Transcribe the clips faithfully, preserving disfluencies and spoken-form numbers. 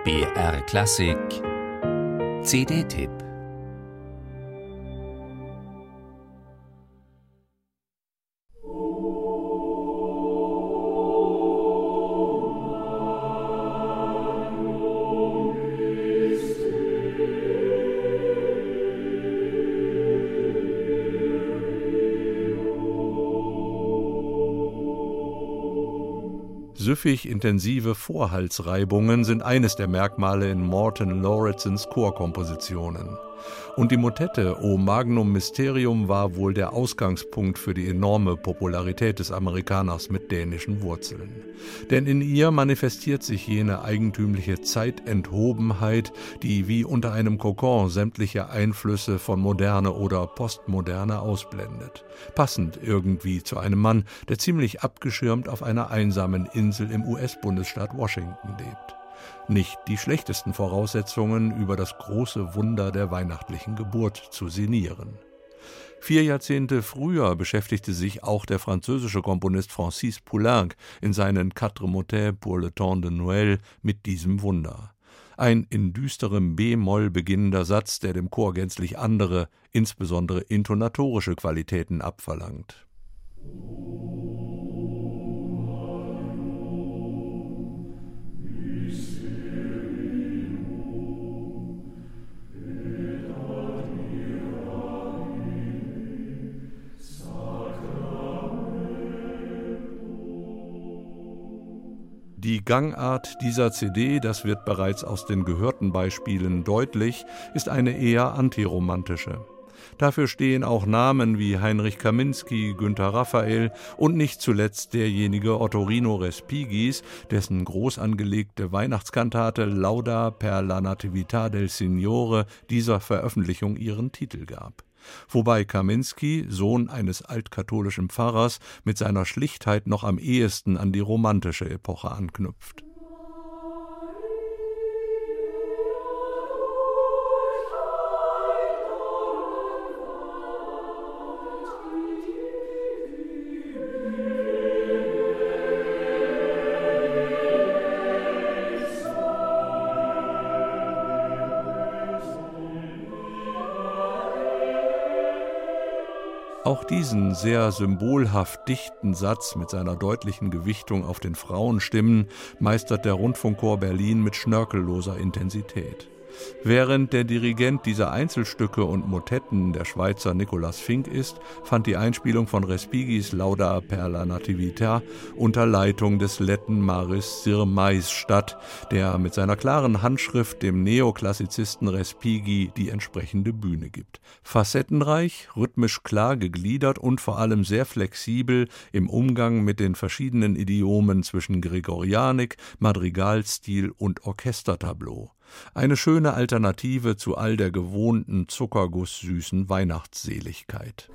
B R Klassik C D-Tipp. Süffig intensive Vorhalsreibungen sind eines der Merkmale in Morten Lauretsons Chorkompositionen. Und die Motette O Magnum Mysterium war wohl der Ausgangspunkt für die enorme Popularität des Amerikaners mit dänischen Wurzeln. Denn in ihr manifestiert sich jene eigentümliche Zeitenthobenheit, die wie unter einem Kokon sämtliche Einflüsse von Moderne oder Postmoderne ausblendet. Passend irgendwie zu einem Mann, der ziemlich abgeschirmt auf einer einsamen Insel im U S-Bundesstaat Washington lebt. Nicht die schlechtesten Voraussetzungen, über das große Wunder der weihnachtlichen Geburt zu sinnieren. Vier Jahrzehnte früher beschäftigte sich auch der französische Komponist Francis Poulenc in seinen Quatre motets pour le temps de Noël mit diesem Wunder. Ein in düsterem B-Moll beginnender Satz, der dem Chor gänzlich andere, insbesondere intonatorische Qualitäten abverlangt. Die Gangart dieser C D, das wird bereits aus den gehörten Beispielen deutlich, ist eine eher antiromantische. Dafür stehen auch Namen wie Heinrich Kaminski, Günter Raphael und nicht zuletzt derjenige Ottorino Respighi, dessen groß angelegte Weihnachtskantate Lauda per la Natività del Signore dieser Veröffentlichung ihren Titel gab. Wobei Kaminski, Sohn eines altkatholischen Pfarrers, mit seiner Schlichtheit noch am ehesten an die romantische Epoche anknüpft. Auch diesen sehr symbolhaft dichten Satz mit seiner deutlichen Gewichtung auf den Frauenstimmen meistert der Rundfunkchor Berlin mit schnörkelloser Intensität. Während der Dirigent dieser Einzelstücke und Motetten der Schweizer Nicolas Fink ist, fand die Einspielung von Respighis Lauda per la Natività unter Leitung des Letten Maris Sirmais statt, der mit seiner klaren Handschrift dem Neoklassizisten Respighi die entsprechende Bühne gibt. Facettenreich, rhythmisch klar gegliedert und vor allem sehr flexibel im Umgang mit den verschiedenen Idiomen zwischen Gregorianik, Madrigalstil und Orchestertableau. Eine schöne Alternative zu all der gewohnten zuckergusssüßen Weihnachtsseligkeit.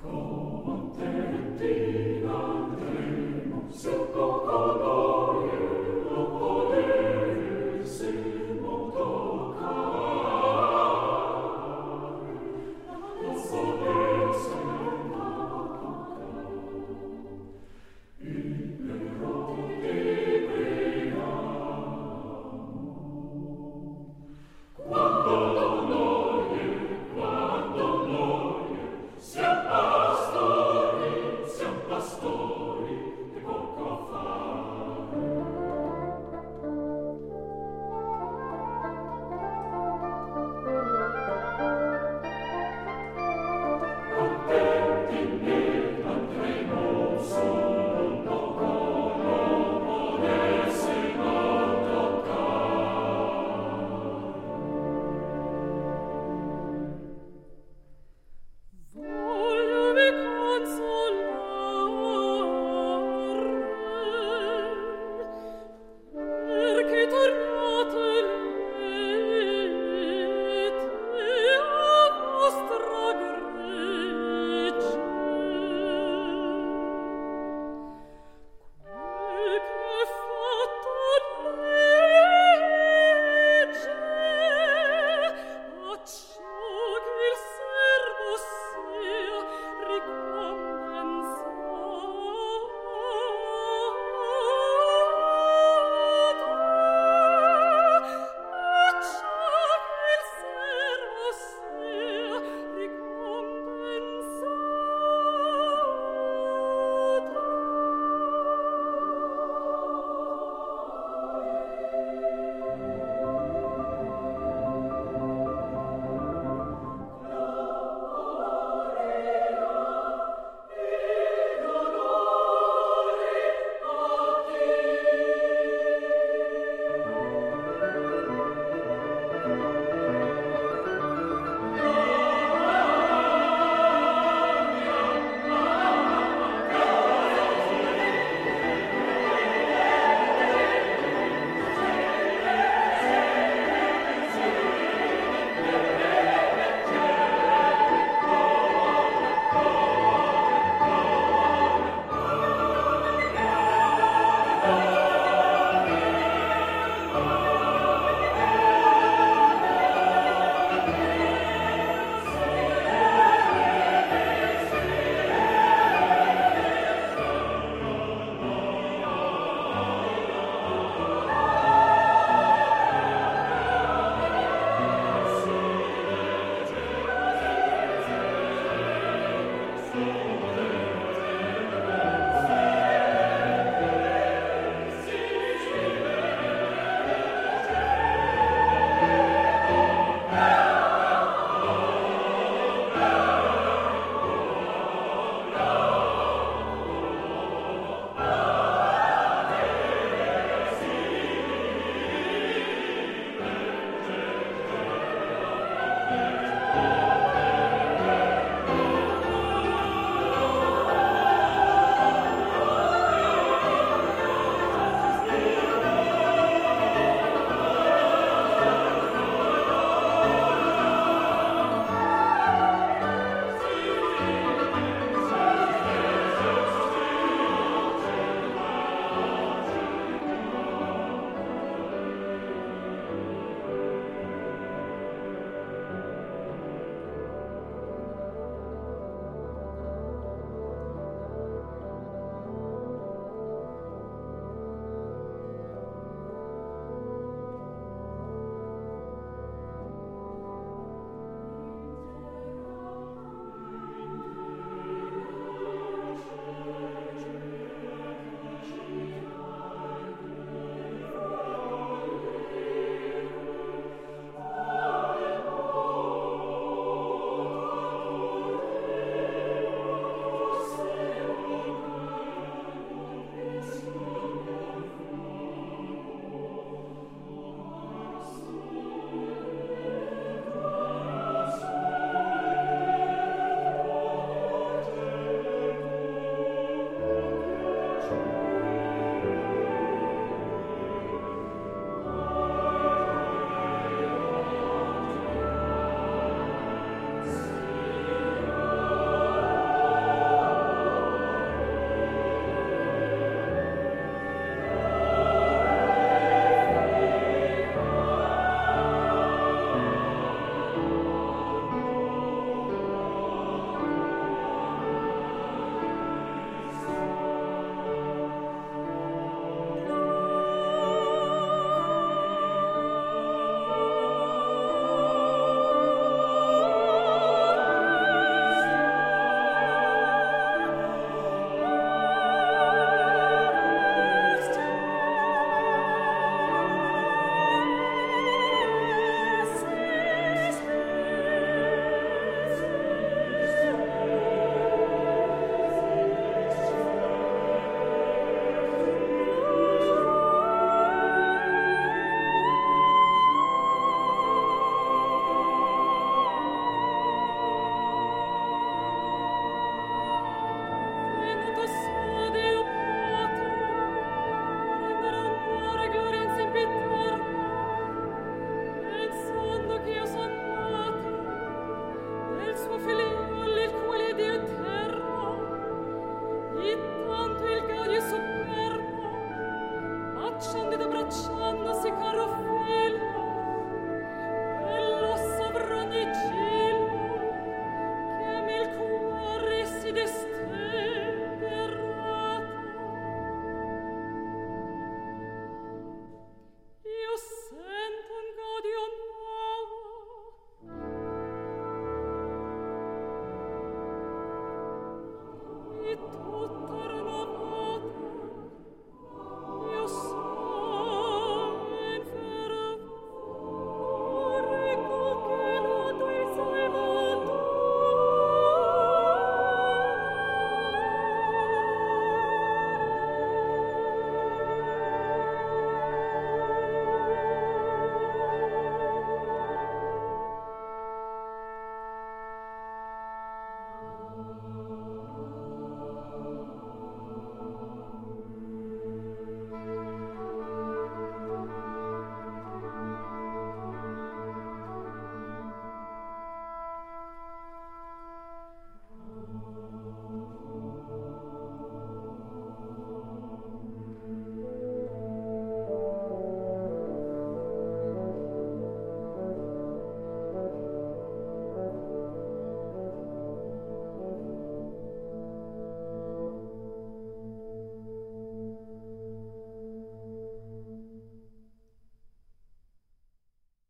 Che tornate